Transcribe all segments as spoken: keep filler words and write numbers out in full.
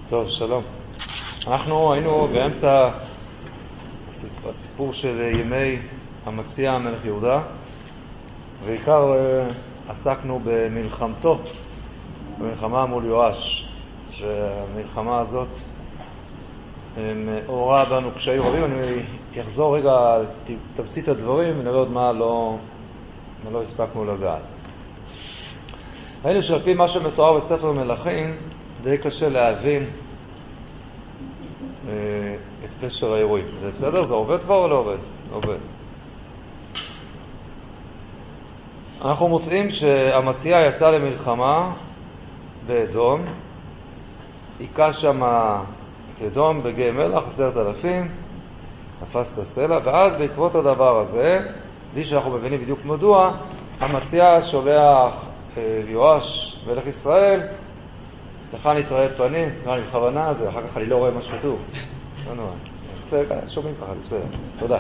טוב, שלום. אנחנו היינו באמצע הסיפור של ימי המציע מלך יהודה, ועיקר עסקנו במלחמתו, במלחמה מול יואש, שהמלחמה הזאת מעוררה בנו קשיים רבים. אני אחזור רגע תמצית הדברים ונראה עוד מה לא, מה לא הספקנו לגעת. היינו שעל פי מה שמתואר בספר מלכים, די קשה להבין אה, את פשר האירועים. זה בסדר? זה עובד כבר או לא עובד? עובד. אנחנו מוצאים שהמציע יצא למלחמה באדום, עיקה שם את אדום בגיא מלח, עשרת אלפים, תפס את הסלע, ואז בעקבות הדבר הזה, בלי שאנחנו מבינים בדיוק מדוע, המציע שולח אה, יואש מלך ישראל, לך נתראה פנים, נראה לי בכוונה, זה אחר כך אני לא רואה מה שכתוב. לא נורא. בסדר, שומעים ככה, בסדר. תודה.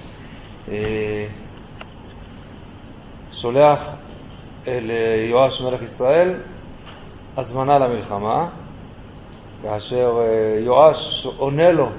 שולח אל יואש מלך ישראל הזמנה למלחמה, כאשר יואש עונה לו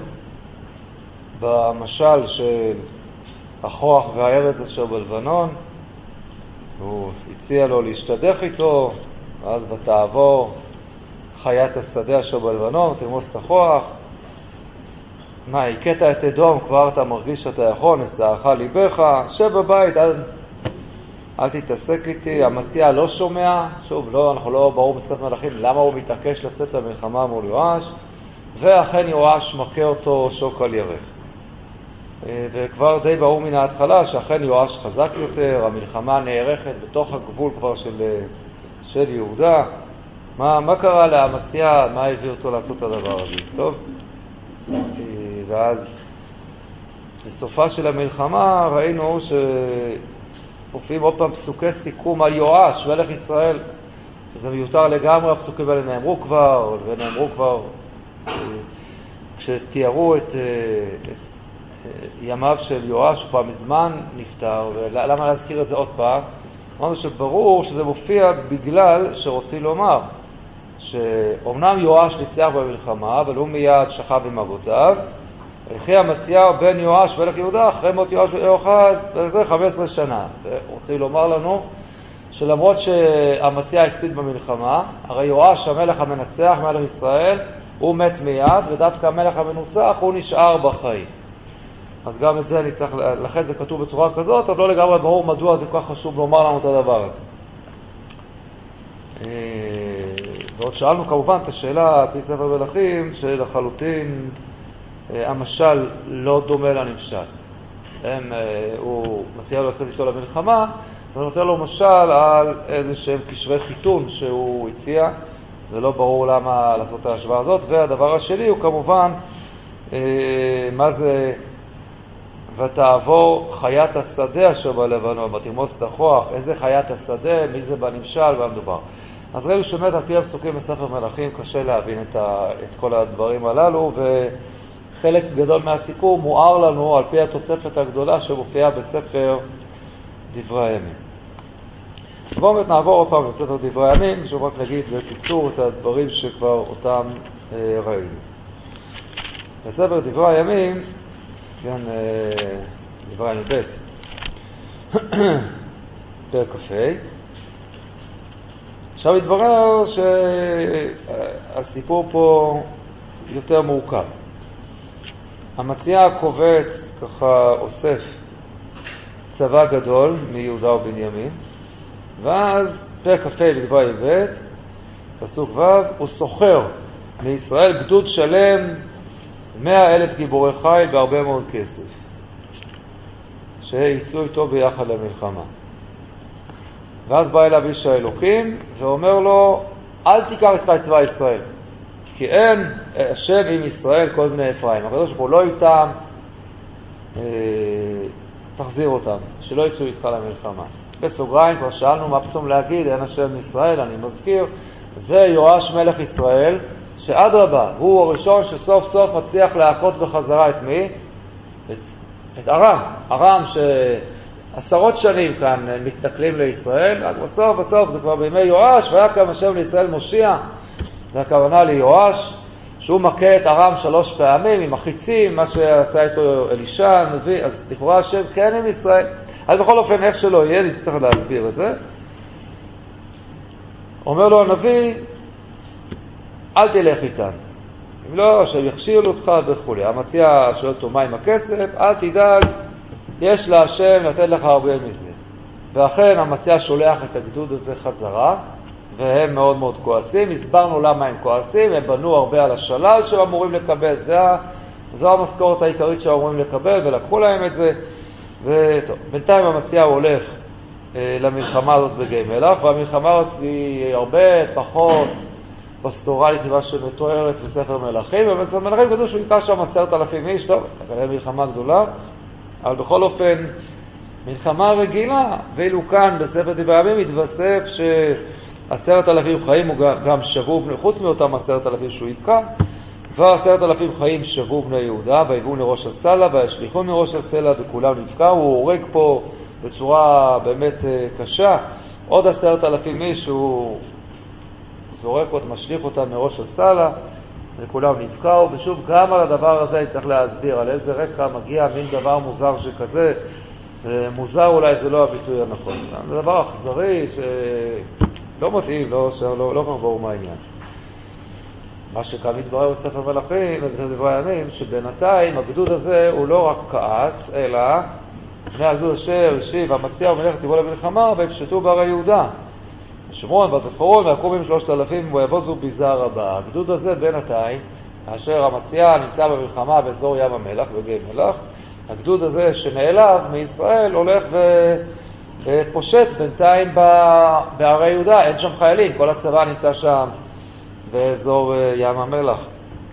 במשל של הכוח והארץ אשר בלבנון, הוא הציע לו להשתדך איתו, ואז ותעבור חיית השדה אשר בלבנון, תרמוס את הכוח. מה, הכית את אדום, כבר אתה מרגיש שאתה יכול, נשארך ליבך, שב בבית, אל, אל תתעסק איתי. המציע לא שומע, שוב, לא, אנחנו לא ברור בספר מלכים למה הוא מתעקש לצאת למלחמה מול יואש, ואכן יואש מכה אותו שוק על ירך. וכבר די ברור מן ההתחלה שאכן יואש חזק יותר, המלחמה נערכת בתוך הגבול כבר של, של יהודה. מה, מה קרה להמציע, מה הביא אותו לעשות את הדבר הזה? טוב? ואז בסופה של המלחמה ראינו שהופיעים עוד פעם פסוקי סיכום על יואש, מלך ישראל. זה מיותר לגמרי, הפסוקים האלה נאמרו כבר, ונאמרו כבר כשתיארו את, את ימיו של יואש, הוא פעם מזמן נפטר, ולמה להזכיר את זה עוד פעם? אמרנו שברור שזה מופיע בגלל שרוצים לומר שאומנם יואש ניצח במלחמה, אבל הוא מיד שכב עם אבותיו, וכי המציע בן יואש מלך יהודה אחרי מות יואש ויהואחז, זה חמש עשרה שנה. ורוצים לומר לנו שלמרות שהמציע הפסיד במלחמה, הרי יואש המלך המנצח מלך ישראל, הוא מת מיד, ודווקא המלך המנוצח הוא נשאר בחיים. אז גם את זה אני צריך, לכן זה כתוב בצורה כזאת, אבל לא לגמרי ברור מדוע זה כל כך חשוב לומר לנו את הדבר הזה. ועוד שאלנו כמובן את השאלה על פי ספר מלכים, שלחלוטין המשל לא דומה לנמשל. הם, הוא מציע לו לצאת איתו למלחמה, ונותן לו משל על איזה שהם קשרי חיתון שהוא הציע. זה לא ברור למה לעשות את ההשוואה הזאת. והדבר השני הוא כמובן מה זה ותעבור חיית השדה אשר בלבנון, ותרמוס את הכוח. איזה חיית השדה, מי זה בנמשל והמדובר. אז ראינו שבאמת על פי הפסוקים בספר מלכים קשה להבין את, ה, את כל הדברים הללו, וחלק גדול מהסיפור מואר לנו על פי התוספת הגדולה שמופיעה בספר דברי הימים. בואו באמת נעבור עוד פעם בספר דברי הימים, שוב רק נגיד בקיצור את הדברים שכבר אותם אה, ראינו. בספר דברי הימים, כן, אה, דברי הימים ב' פרק כ"ה, עכשיו התברר שהסיפור פה יותר מורכב. המציע קובץ, ככה אוסף צבא גדול מיהודה ובנימין, ואז פרק כ"ה בדברי ב' פסוק ו', הוא סוחר מישראל גדוד שלם, מאה אלף גיבורי חיל בהרבה מאוד כסף, שיצאו איתו ביחד למלחמה. ואז בא אליו איש האלוקים ואומר לו, אל תיקח איתך את צבא ישראל, כי אין השם עם ישראל כל בני אפרים. הקדוש ברוך הוא לא איתם, אה, תחזיר אותם, שלא יצאו איתך למלחמה. בסוגריים כבר שאלנו מה פתאום להגיד אין השם עם ישראל. אני מזכיר, זה יואש מלך ישראל, שאדרבה, הוא הראשון שסוף סוף מצליח להכות בחזרה את מי? את, את ארם. ארם ש... עשרות שנים כאן מתנכלים לישראל, רק בסוף, בסוף, זה כבר בימי יואש, והיה כאן השם לישראל מושיע, והכוונה ליואש, שהוא מכה את ארם שלוש פעמים עם החיצים, מה שעשה איתו אלישע הנביא, אז לכאורה השם כן עם ישראל. אז בכל אופן, איך שלא יהיה, אני צריך להסביר את זה. אומר לו הנביא, אל תלך איתן. אם לא, שיכשיר אותך וכו'. המציע שואל אותו מה עם הכסף, אל תדאג, יש להשם לתת לך הרבה מזה. ואכן המציע שולח את הגדוד הזה חזרה, והם מאוד מאוד כועסים. הסברנו למה הם כועסים, הם בנו הרבה על השלל שהם אמורים לקבל, זה, זו המשכורת העיקרית שהם אמורים לקבל, ולקחו להם את זה. וטוב, בינתיים המציע הולך אה, למלחמה הזאת בגיא מלח, והמלחמה הזאת היא הרבה פחות פסטורלית ממה שמתוארת בספר מלכים, ובספר מלכים כתוב שהוא יקע שם עשרת אלפים איש, טוב, כנראה מלחמה גדולה, אבל בכל אופן מלחמה רגילה, ואילו כאן בספר דברי הימים מתווסף שעשרת אלפים חיים הוא גם שבו, חוץ מאותם עשרת אלפים שהוא יקע, כבר עשרת אלפים חיים שבו בני יהודה, ויבואו לראש הסלע, וישליחו מראש הסלע, וכולם נפקעו. הוא הורג פה בצורה באמת קשה. עוד עשרת אלפים איש הוא זורק אותם, משליך אותם מראש הסלע, וכולם נפקעו. ושוב, גם על הדבר הזה צריך להסביר, על איזה רקע מגיע מין דבר מוזר שכזה. מוזר אולי זה לא הביטוי הנכון. זה דבר אכזרי שלא מתאים, לא, לא, לא ברור מה העניין. מה שכאן מתברר בספר מלכים, ובספר דברי הימים, שבינתיים הגדוד הזה הוא לא רק כעס, אלא בני הגדוד אשר השיב המציע ומלך תבוא למלחמה, והם פשטו בערי יהודה. שומרון ובצפון ויקום עם שלושת אלפים ויבוזו בזער רבה. הגדוד הזה בינתיים, אשר המציע נמצא במלחמה באזור ים המלח, בגיא מלח, הגדוד הזה שנעלב מישראל הולך ו... ופושט בינתיים בערי יהודה, אין שם חיילים, כל הצבא נמצא שם באזור ים המלח.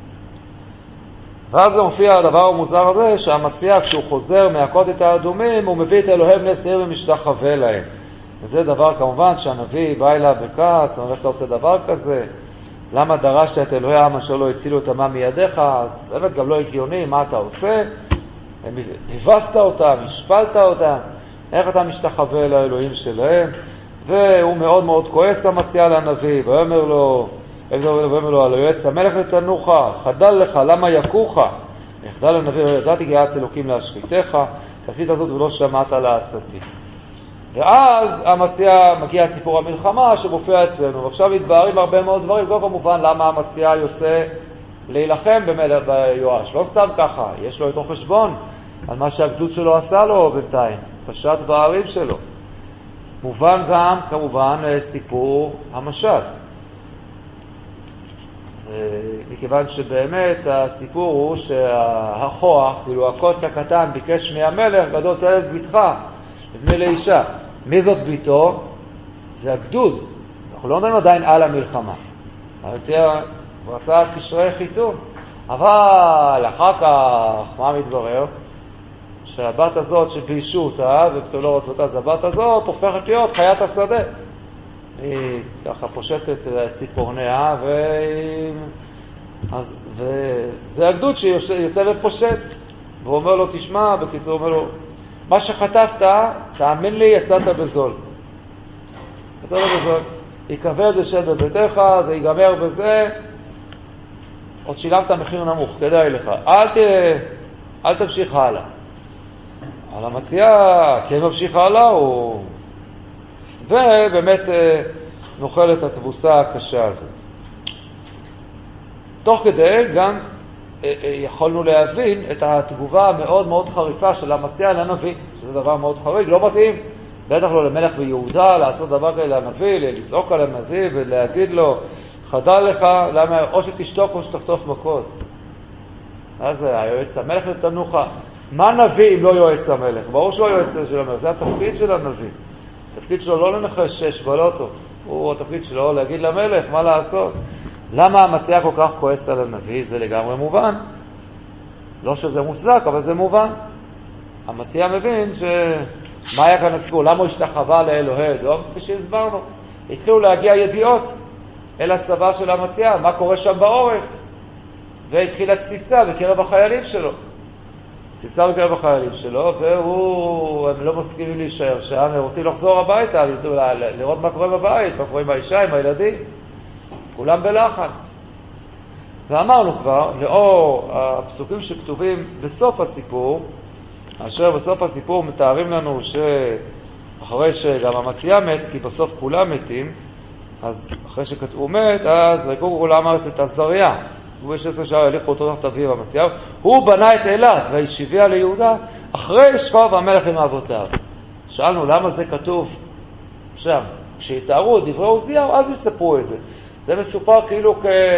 ואז זה מופיע הדבר המוזר הזה, שהמציע כשהוא חוזר מהכות את האדומים, הוא מביא את אלוהים נס עיר ומשתחווה להם. וזה דבר כמובן שהנביא בא אליו בכעס, אומר, איך אתה עושה דבר כזה? למה דרשת את אלוהי העם אשר לא הצילו את עמם מידיך? אז באמת גם לא הגיוני, מה אתה עושה? הבסת אותם, השפלת אותם, איך אתה משתחווה לאלוהים שלהם? והוא מאוד מאוד כועס המציע לנביא, ואומר לו, ואומר לו, על היועץ המלך נתנוך, חדל לך, למה יקוך? יחדל לנביא, ידעתי כי יעץ אלוקים להשחיתך, עשית זאת ולא שמעת לעצתי. ואז המציע מגיע סיפור המלחמה שמופיע אצלנו, ועכשיו מתבהרים הרבה מאוד דברים, לא כמובן למה המציע יוצא להילחם במלך ביואש, לא סתם ככה, יש לו איתו חשבון על מה שהגדוד שלו עשה לו בינתיים, פשט בערים שלו. מובן גם כמובן סיפור המשל. מכיוון שבאמת הסיפור הוא שהכוח, כאילו הקוץ הקטן ביקש מהמלך, גדול תלת ביתך, לבני לאישה. מי זאת ביתו? זה הגדוד. אנחנו לא נדעים עדיין על המלחמה. הוא רצה קשרי חיתון. אבל אחר כך, מה מתברר? שהבת הזאת שביישו אותה, וכתוב לא רוצה אותה, אז הבת הזאת הופכת להיות חיית השדה. היא ככה פושטת ציפורניה, ו... אז, וזה הגדוד שיוצא ופושט. והוא אומר לו, תשמע, בקיצור אומר לו, מה שחטפת, תאמין לי, יצאת בזול. יצאת בזול. יקבל בשל בביתך, זה ייגמר בזה, עוד שילמת מחיר נמוך, כדאי לך. אל, ת... אל תמשיך הלאה. על המציע, כן ממשיך הלאה, הוא... ובאמת נוכל את התבוסה הקשה הזאת. תוך כדי גם יכולנו להבין את התגובה המאוד מאוד חריפה של המציע לנביא, שזה דבר מאוד חריג, לא מתאים, בטח לא למלך ביהודה לעשות דבר כזה לנביא, לצעוק על הנביא ולהגיד לו, חדל לך, למה, או שתשתוק או שתחטוף מכות. אז היועץ המלך נתנוך, מה נביא אם לא יועץ המלך? ברור שלא יועץ של המלך, זה התפקיד של הנביא. התפקיד שלו לא לנחש שש ולוטו, הוא התפקיד שלו להגיד למלך מה לעשות. למה המציע כל כך כועס על הנביא? זה לגמרי מובן. לא שזה מוצדק, אבל זה מובן. המציע מבין שמה היה כאן הסיפור? למה הוא השתחווה לאלוהי? לא, כפי שהסברנו. התחילו להגיע ידיעות אל הצבא של המציע, מה קורה שם בעורף. והתחילה תסיסה בקרב החיילים שלו. תסיסה בקרב החיילים שלו, והוא, הם לא מסכימים להישאר שם, הם רוצים לחזור הביתה, לראות מה קורה בבית, מה קורה עם האישה, עם הילדים. כולם בלחץ. ואמרנו כבר, לאור הפסוקים שכתובים בסוף הסיפור, אשר בסוף הסיפור מתארים לנו שאחרי שגם המציאה מת, כי בסוף כולם מתים, אז אחרי שכתבו מת, אז ריקו כולם ארץ את עזריה, הוא ב-שש עשרה שעה הליכו אותו תחת אביו המציאה, הוא בנה את אילת והשיביה ליהודה אחרי שכב המלך עם אבותיו. שאלנו למה זה כתוב שם, כשיתארו דברי עוזיהו אז יספרו את זה. זה מסופר כאילו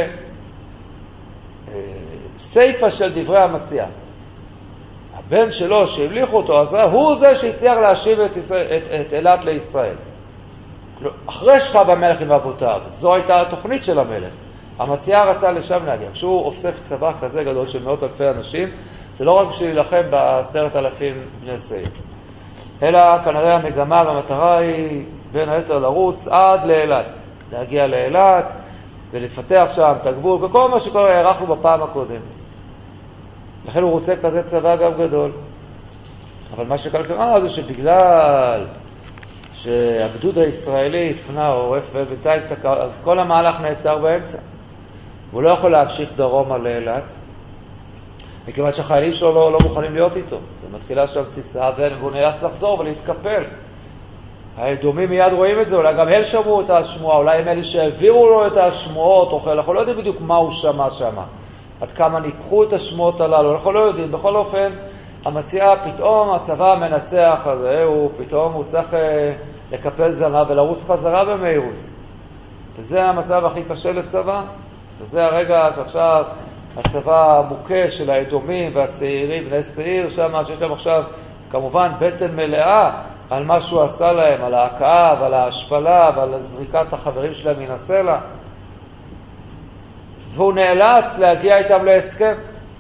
כסייפה של דברי המציאה. הבן שלו שהמליכו אותו אז הוא זה שהצליח להשיב את, את, את אילת לישראל. אחרי שכב המלך עם אבותיו, זו הייתה התוכנית של המלך. המציאה רצה לשם להגיע. כשהוא אוסף צבא כזה גדול של מאות אלפי אנשים, זה לא רק בשביל להילחם בעשרת אלפים בני סעיר, אלא כנראה המגמה והמטרה היא בין היתר לרוץ עד לאילת, להגיע לאילת ולפתח שם את הגבול וכל מה שכבר הערכנו בפעם הקודמת. לכן הוא רוצה כזה צבא גם גדול. אבל מה שכאן קרה זה שבגלל שהגדוד הישראלי הפנה עורף ובינתיים אז כל המהלך נעצר באמצע. הוא לא יכול להמשיך דרומה לאילת, מכיוון שהחיילים שלו לא, לא מוכנים להיות איתו. ומתחילה שם תסיסה והוא נאלץ לחזור ולהתקפל. האדומים מיד רואים את זה, אולי גם הם שמעו את השמועה, אולי הם אלה שהעבירו לו את השמועות, או אנחנו לא יודעים בדיוק מה הוא שמע שם, עד כמה ניפחו את השמועות הללו, אנחנו לא יודעים. בכל אופן, המציאה פתאום, הצבא המנצח הזה, הוא פתאום הוא צריך לקפל זנב ולרוץ חזרה במהירות. וזה המצב הכי קשה לצבא, וזה הרגע שעכשיו הצבא המוכה של האדומים והשעירים, בני שעיר, שם שיש להם עכשיו כמובן בטן מלאה על מה שהוא עשה להם, על ההקעה ועל ההשפלה ועל זריקת החברים שלהם מן הסלע. והוא נאלץ להגיע איתם להסכם.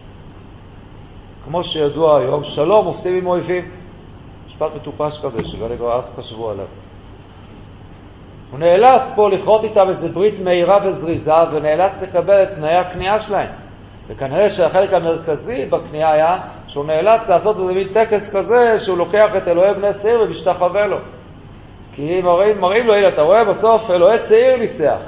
כמו שידוע היום, שלום עושים עם אויבים. משפט מטופש כזה שגלי כבר אז חשבו עליו. הוא נאלץ פה לכרות איתם איזו ברית מהירה וזריזה, ונאלץ לקבל את תנאי הקנייה שלהם. וכנראה שהחלק המרכזי בקנייה היה שהוא נאלץ לעשות איזה מין טקס כזה שהוא לוקח את אלוהי בני שעיר ומשתחווה לו. כי מראים, מראים לו, הנה אתה רואה בסוף אלוהי שעיר ניצח.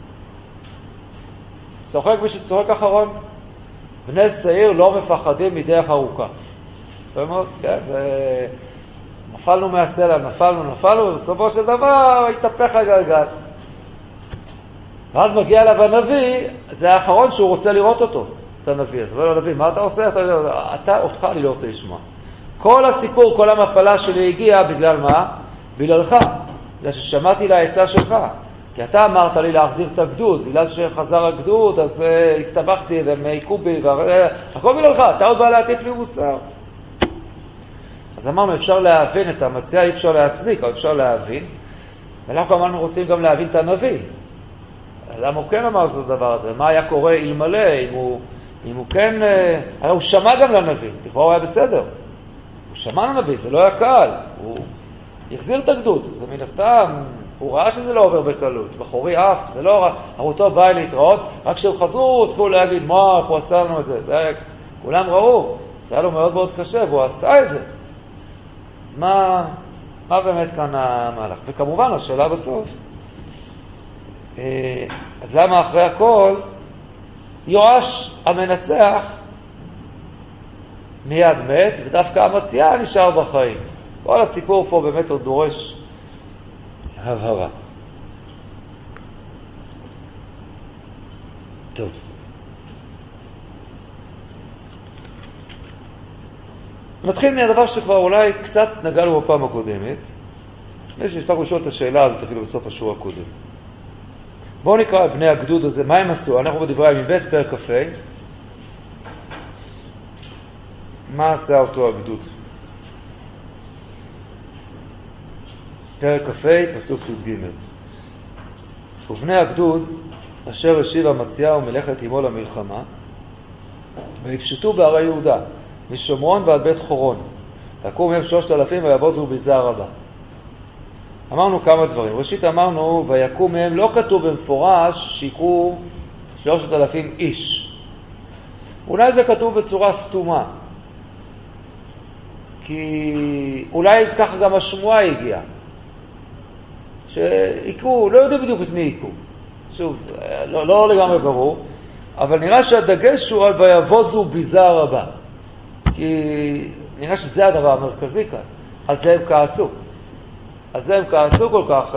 צוחק בשביל צוחק אחרון. בני שעיר לא מפחדים מדרך ארוכה. זאת אומרת, כן, נפלנו מהסלע, נפלנו, נפלנו, ובסופו של דבר התהפך הגלגל. ואז מגיע אליו הנביא, זה האחרון שהוא רוצה לראות אותו, את הנביא. אז אומר לו, הנביא, מה אתה עושה? אתה, אתה, אותך אני לא רוצה לשמוע. כל הסיפור, כל המפלה שלי הגיעה בגלל מה? בגללך. בגלל ששמעתי לעצה שלך. כי אתה אמרת לי להחזיר את הגדוד, בגלל שחזר הגדוד, אז uh, הסתבכתי והם עיקו בי, הכל בגללך, אתה עוד בא להטיף לי מוסר. אז אמרנו, אפשר להבין את המציאה, אי אפשר להצדיק, אבל אפשר להבין. ואנחנו אמרנו, רוצים גם להבין את הנביא. למה הוא כן אמר זאת הדבר הזה? מה היה קורה אלמלא, אם הוא, אם הוא כן... הרי הוא שמע גם לנביא, לכאורה הוא היה בסדר. הוא שמע לנביא, זה לא היה קל. הוא יחזיר את הגדוד, זה מן הסתם... הוא ראה שזה לא עובר בקלות, בחורי אף, זה לא רע, הרותו בא להתראות, רק כשהם חזרו, תפו להגיד, מה, איך הוא עשה לנו את זה, זה היה, כולם ראו, זה היה לו מאוד מאוד קשה, והוא עשה את זה. אז מה, מה באמת כאן המהלך? וכמובן, השאלה בסוף, אז למה אחרי הכל, יואש המנצח מיד מת, ודווקא המציאה נשאר בחיים. כל הסיפור פה באמת עוד דורש הבהרה. טוב. נתחיל מהדבר שכבר אולי קצת נגענו בפעם הקודמת. לפני שנפתח לשאול את השאלה הזאת אפילו בסוף השיעור הקודם. בואו נקרא את בני הגדוד הזה, מה הם עשו? אנחנו בדברי הימים ב' פרק כ"ה. מה עשה אותו הגדוד? פרק כ"ה, פסוק י"ג. ובני הגדוד אשר השיב המציאה ומלאכת עמו למלחמה, ויפשטו בערי יהודה, משומרון ועד בית חורון, יקום מהם שלושת אלפים ויבוזו בזה רבה. אמרנו כמה דברים. ראשית אמרנו, ויקום מהם לא כתוב במפורש שיקרו שלושת אלפים איש. אולי זה כתוב בצורה סתומה, כי אולי ככה גם השמועה הגיעה. שיקרו, לא יודעים בדיוק את מי יקרו. שוב, לא, לא לגמרי ברור, אבל נראה שהדגש הוא על ויבוזו ביזה רבה. כי נראה שזה הדבר המרכזי כאן. אז זה הם כעסו. אז זה הם כעסו כל כך...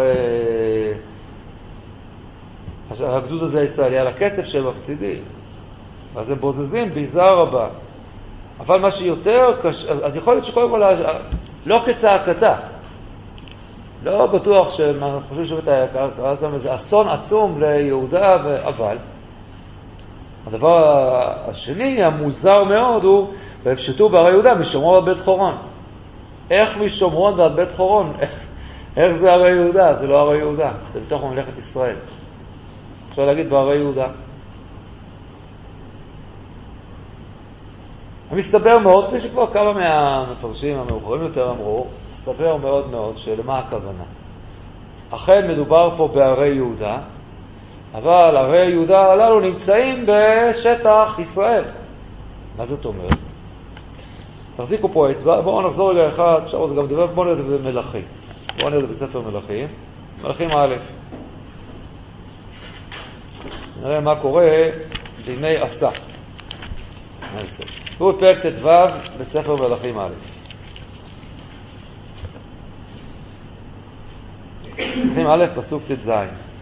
אה, הגדוד הזה הישראלי על הכסף שהם מפסידים. אז הם בוזזים ביזה רבה. אבל מה שיותר קשה... אז יכול להיות שקודם כל... לא כצעקתה. לא בטוח שאני חושב שבאמת קרה שם איזה אסון עצום ליהודה, ו... אבל הדבר השני המוזר מאוד הוא והם שתו בהרי יהודה משומרון עד בית חורון. איך משומרון ועד בית חורון? איך, איך זה הרי יהודה? זה לא הרי יהודה, זה בתוך ממלכת ישראל. אפשר להגיד בהרי יהודה. מסתבר מאוד, כפי שכבר כמה מהמפרשים המאוחרים יותר אמרו, מסתבר מאוד מאוד שלמה הכוונה. אכן מדובר פה בהרי יהודה, אבל הרי יהודה הללו נמצאים בשטח ישראל. מה זאת אומרת? תחזיקו פה אצבע, בואו נחזור רגע אחד, עכשיו זה גם דבר, בואו נראה את זה במלכים. בואו נראה את זה בספר מלכים. מלכים א'. נראה מה קורה בימי עשה. הוא פרק ט"ו בספר מלכים א'. מלכים א' פסוק ט"ז.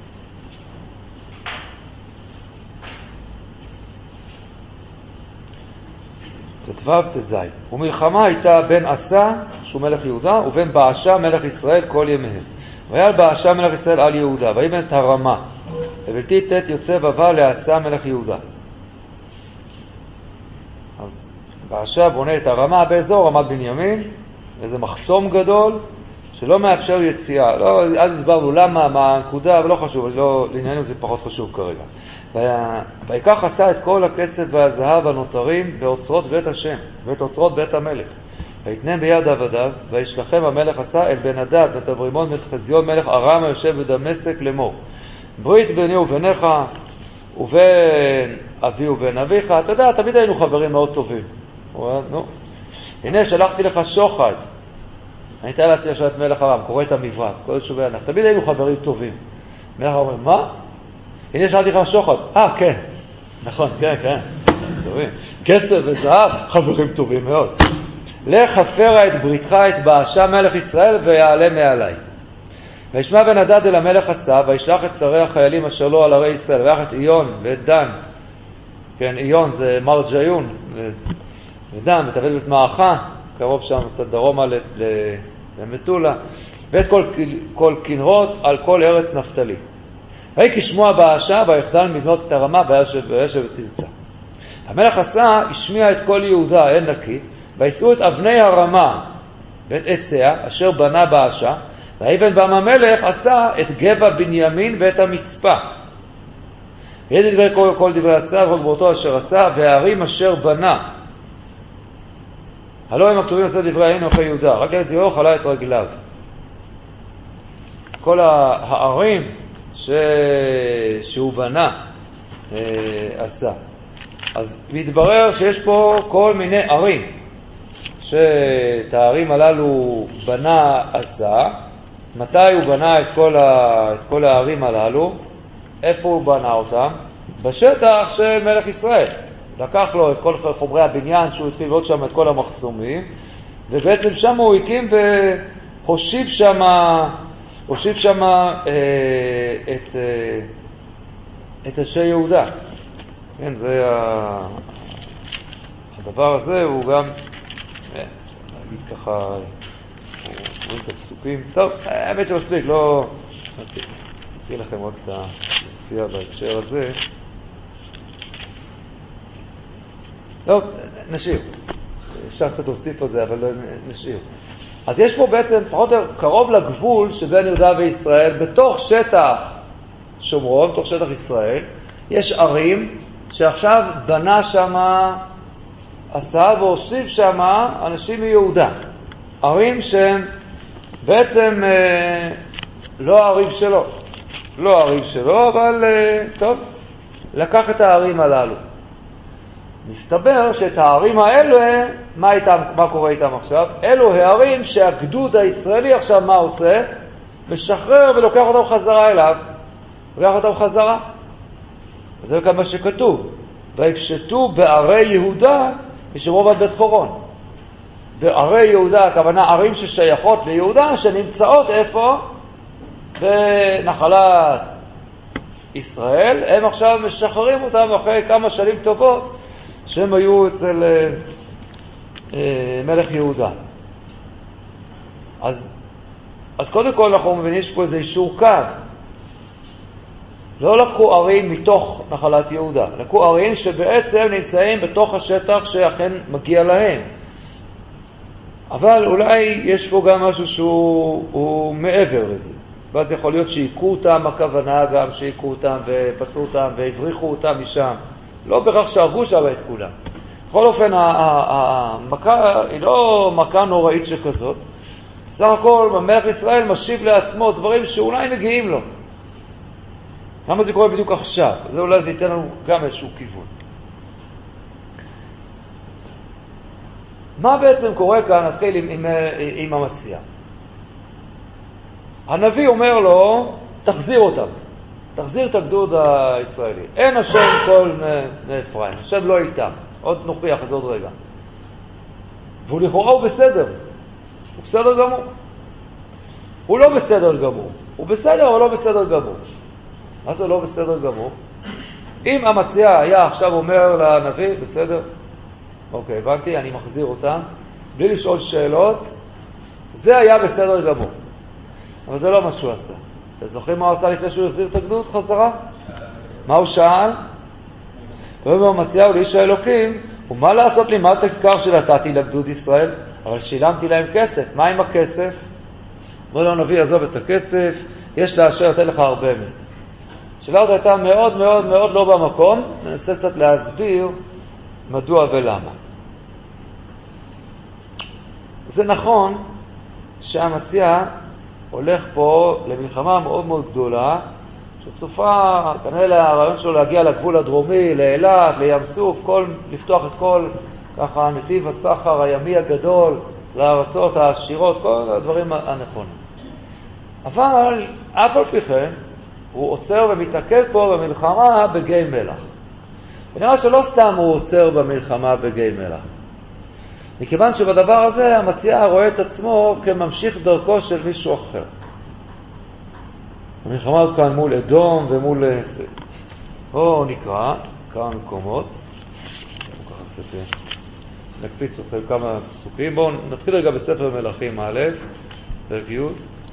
ט"ו ט"ז. ומלחמה הייתה בין עשה שהוא מלך יהודה ובין באשה מלך ישראל כל ימיהם. והיה באשה מלך ישראל על יהודה ויבן את הרמה ובלתי תת יוצא בבא לעשה מלך יהודה. אז באשה בונה את הרמה באזור רמת בנימין, איזה מחסום גדול שלא מאפשר יציאה. לא, אז הסברנו למה, מה הנקודה, אבל לא חשוב, לא, לענייננו זה פחות חשוב כרגע. ויקח עשה את כל הקצת והזהב הנותרים באוצרות בית השם ואת אוצרות בית המלך ויתנם ביד עבדיו וישלחם המלך עשה אל בן הדד ואת אברימון ואת חזיון מלך ארם היושב בדמשק לאמור ברית ביני וביניך ובין אבי ובין אביך. אתה יודע, תמיד היינו חברים מאוד טובים. נו, הנה שלחתי לך שוחד. אני אתן לעצמי לשאלת מלך ארם, קורא את המברק, כל שובי ענך, תמיד היינו חברים טובים. מלך ארם אומר, מה? הנה שלחתי לך שוחד. אה, כן. נכון, כן, כן. טובים. כסף וזהב, חברים טובים מאוד. לך הפרה את בריתך את באשה מלך ישראל ויעלה מעלי. וישמע בן הדד אל המלך עשה וישלח את שרי החיילים אשר לו על ערי ישראל ויח את איון ואת דן. כן, איון זה מרג'יון ודן ותבד בית מעכה קרוב שם קצת דרומה למטולה ואת כל, כל כנרות על כל ארץ נפתלי. ויהי כשמוע באשה ויחדל מבנות את הרמה וישב ותרצה. המלך עשה השמיע את כל יהודה אין נקי וישאו את אבני הרמה ואת עציה אשר בנה באשה ויבן בם המלך עשה את גבע בנימין ואת המצפה. וידע דברי כל, כל דברי עשה וכל גבורתו אשר עשה והערים אשר בנה. הלא הם הכתובים עשה דברי העין אוכי יהודה רק את זירו חלה את רגליו. כל הערים ש... שהוא בנה אה, עשה. אז מתברר שיש פה כל מיני ערים שאת הערים הללו בנה עשה. מתי הוא בנה את כל, ה... את כל הערים הללו? איפה הוא בנה אותם? בשטח של מלך ישראל. לקח לו את כל חומרי הבניין שהוא התחיל לראות שם את כל המחסומים ובעצם שם הוא הקים והושיב שם הושיב שם אה, את אה, את אנשי יהודה. כן, זה ה... הדבר הזה הוא גם אה, נגיד ככה רואים את הפסוקים. טוב, האמת שמספיק, לא נתחיל לכם עוד את הופיע בהקשר הזה. טוב, נשאיר. אפשר קצת להוסיף על זה, אבל נשאיר. אז יש פה בעצם פחות קרוב לגבול שבין יהודה וישראל, בתוך שטח שומרון, בתוך שטח ישראל, יש ערים שעכשיו בנה שם, עשה והוסיף שם אנשים מיהודה. ערים שהם בעצם אה, לא הערים שלו. לא הערים שלו, אבל אה, טוב, לקח את הערים הללו. מסתבר שאת הערים האלה, מה, איתם, מה קורה איתם עכשיו? אלו הערים שהגדוד הישראלי עכשיו מה עושה? משחרר ולוקח אותם חזרה אליו. לוקח אותם חזרה. זה כאן מה שכתוב. ויקשתו בערי יהודה משרוב עד בית חורון. בערי יהודה, הכוונה ערים ששייכות ליהודה, שנמצאות איפה? בנחלת ישראל. הם עכשיו משחררים אותם אחרי כמה שנים טובות שהם היו אצל אה, אה, מלך יהודה. אז, אז קודם כל אנחנו מבינים שפה איזה אישור קו. לא לקחו ערים מתוך נחלת יהודה, לקחו ערים שבעצם נמצאים בתוך השטח שאכן מגיע להם. אבל אולי יש פה גם משהו שהוא מעבר לזה. ואז יכול להיות שיקו אותם, הכוונה גם שיקו אותם ופצעו אותם והבריחו אותם משם. לא בכך שהרגו שם את כולם. בכל אופן, המכה היא לא מכה נוראית שכזאת. סך הכל, מלך ישראל משיב לעצמו דברים שאולי מגיעים לו. למה זה קורה בדיוק עכשיו? זה אולי זה ייתן לנו גם איזשהו כיוון. מה בעצם קורה כאן? נתחיל עם, עם, עם המציע. הנביא אומר לו, תחזיר אותם. תחזיר את הגדוד הישראלי. אין השם כל נפריים. השם לא איתם. עוד נוכיח, אז עוד רגע. והוא לכאורה הוא בסדר. הוא בסדר גמור. הוא לא בסדר גמור. הוא בסדר, אבל לא בסדר גמור. מה זה לא בסדר גמור? אם המציע היה עכשיו אומר לנביא, בסדר, אוקיי, הבנתי, אני מחזיר אותם, בלי לשאול שאלות, זה היה בסדר גמור. אבל זה לא מה שהוא עשה. אתם זוכרים מה הוא עשה לפני שהוא החזיר את הגדוד חזרה? מה הוא שאל? ואומר המציע הוא לאיש האלוקים, ומה לעשות לי, מה התקר שנתתי לגדוד ישראל? אבל שילמתי להם כסף, מה עם הכסף? אומר לו הנביא, עזוב את הכסף, יש לאשר לתת לך הרבה מזה. השאלה עוד הייתה מאוד מאוד מאוד לא במקום, ננסה קצת להסביר מדוע ולמה. זה נכון שהמציע הולך פה למלחמה מאוד מאוד גדולה, שסופה כנראה הרעיון שלו להגיע לגבול הדרומי, לאילת, לים סוף, כל, לפתוח את כל ככה נתיב הסחר הימי הגדול, לארצות העשירות, כל הדברים הנכונים. אבל אף על פי כן, הוא עוצר ומתעכב פה במלחמה בגיא מלח. ונראה שלא סתם הוא עוצר במלחמה בגיא מלח. מכיוון שבדבר הזה המציע רואה את עצמו כממשיך דרכו של מישהו אחר. המלחמה עוד כאן מול אדום ומול... בואו נקרא כמה מקומות. נקפיץ אתכם כמה פסוקים. בואו נתחיל רגע בספר מלכים א', פרק י'.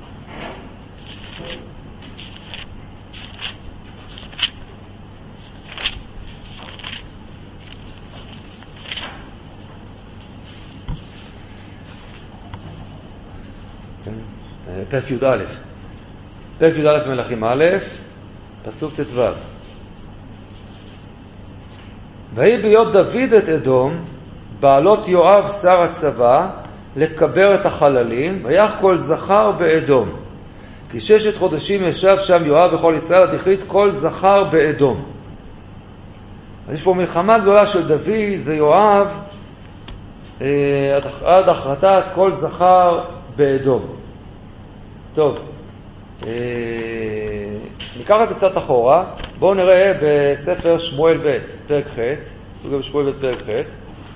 פרק י"א. פרק י"א מלכים א', פסוק ט"ו. ויהי ביות דוד את אדום, בעלות יואב שר הצבא, לקבר את החללים, ויח כל זכר באדום. כי ששת חודשים ישב שם יואב וכל ישראל, עד החליט כל זכר באדום. אז יש פה מלחמה גדולה של דוד ויואב, עד החלטת כל זכר באדום. טוב, ניקח את זה קצת אחורה. בואו נראה בספר שמואל ב' פרק ח', גם שמואל ב' פרק ח',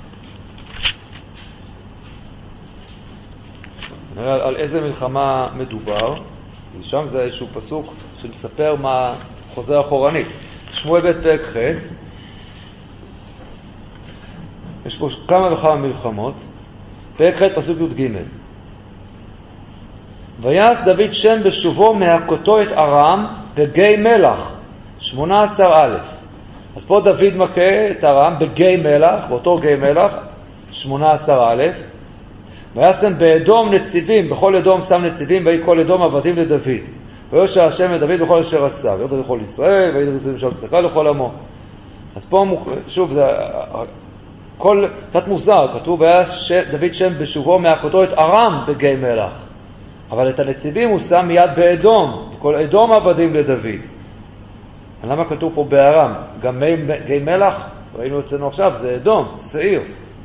נראה על איזה מלחמה מדובר. שם זה איזשהו פסוק שמספר מה חוזר אחורנית. שמואל ב' פרק ח', יש פה כמה וכמה מלחמות. פרק ח' פסוק י"ג. ויעש דוד שם בשובו מהכותו את ארם בגיא מלח, שמונה עשר א'. אז פה דוד מכה את ארם בגיא מלח, באותו גיא מלח, שמונה עשר א'. וישם באדום נציבים, בכל אדום שם נציבים, ויהי כל אדום עבדים לדוד. ויושר השם לדוד בכל אשר עשה, ויותר לכל ישראל, ויהי דוד שם צדקה לכל עמו. אז פה, שוב, זה כל, קצת מוזר, כתוב, ויעש דוד שם בשובו מהכותו את ארם בגיא מלח. אבל את הנציבים הוא שם מיד באדום, כל אדום עבדים לדוד. למה כתוב פה בארם? גם גיא מלח, ראינו אצלנו עכשיו, זה אדום, שעיר.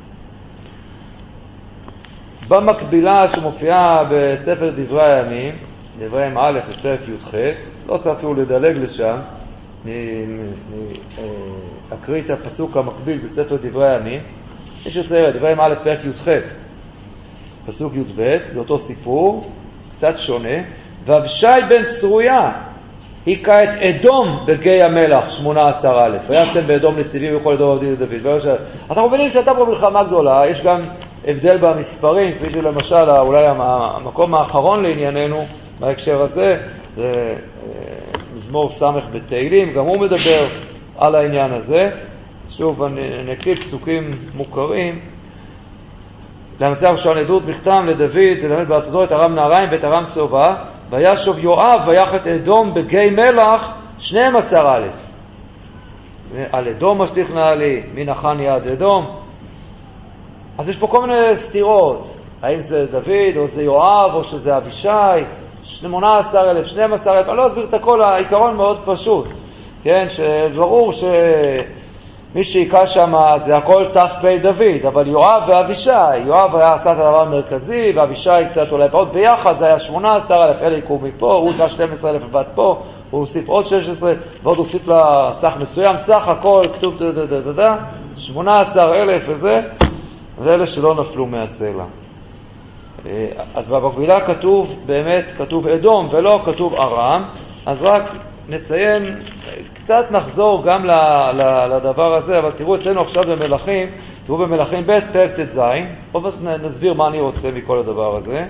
במקבילה שמופיעה בספר דברי הימים, דברי הימים א' בפרק י"ח, לא צריך אפילו לדלג לשם, נקריא אקריא את הפסוק המקביל בספר דברי הימים. יש לצייר, דברי הימים א' פרק י"ח, פסוק י"ב, זה אותו סיפור, קצת שונה. ואבישי בן צרויה היכה את אדום בגיא המלח, שמונה עשר א', ויצם באדום נציבים וכל אדום עבדים לדוד. אנחנו מבינים שהייתה פה מלחמה גדולה, יש גם הבדל במספרים, כפי שלמשל אולי המקום האחרון לענייננו בהקשר הזה, זה מזמור סמך בתהילים, גם הוא מדבר על העניין הזה. שוב, אני נקריא פסוקים מוכרים. למצב ראשון עדות בכתב לדוד, ללמד בארצותו את ארם נהריים ואת ארם צובה, וישוב יואב ויחת אדום בגיא מלח, שנים עשר א'. על אדום משליך נעלי, מן החן יד אדום. אז יש פה כל מיני סתירות, האם זה דוד או זה יואב או שזה אבישי, שמונה עשר אלף, שנים עשר אלף, אני לא אסביר את הכל, העיקרון מאוד פשוט, כן, שברור שמי שיקע שם זה הכל ת"פ דוד, אבל יואב ואבישי, יואב היה עשה את הדבר המרכזי, ואבישי קצת אולי עוד ביחד, זה היה שמונה עשר אלף, אלה יקעו מפה, הוא עושה שנים עשר אלף לבד פה, הוא הוסיף עוד שש עשרה, ועוד הוסיף לה סך מסוים, סך הכל, כתוב דדדדדדה, שמונה עשר אלף וזה, ואלה שלא נפלו מהסלע. אז בקבילה כתוב, באמת כתוב אדום ולא כתוב ארם, אז רק נציין, קצת נחזור גם לדבר הזה, אבל תראו אצלנו עכשיו במלכים, תראו במלכים ב' פרק ט"ז, עוד נסביר מה אני רוצה מכל הדבר הזה.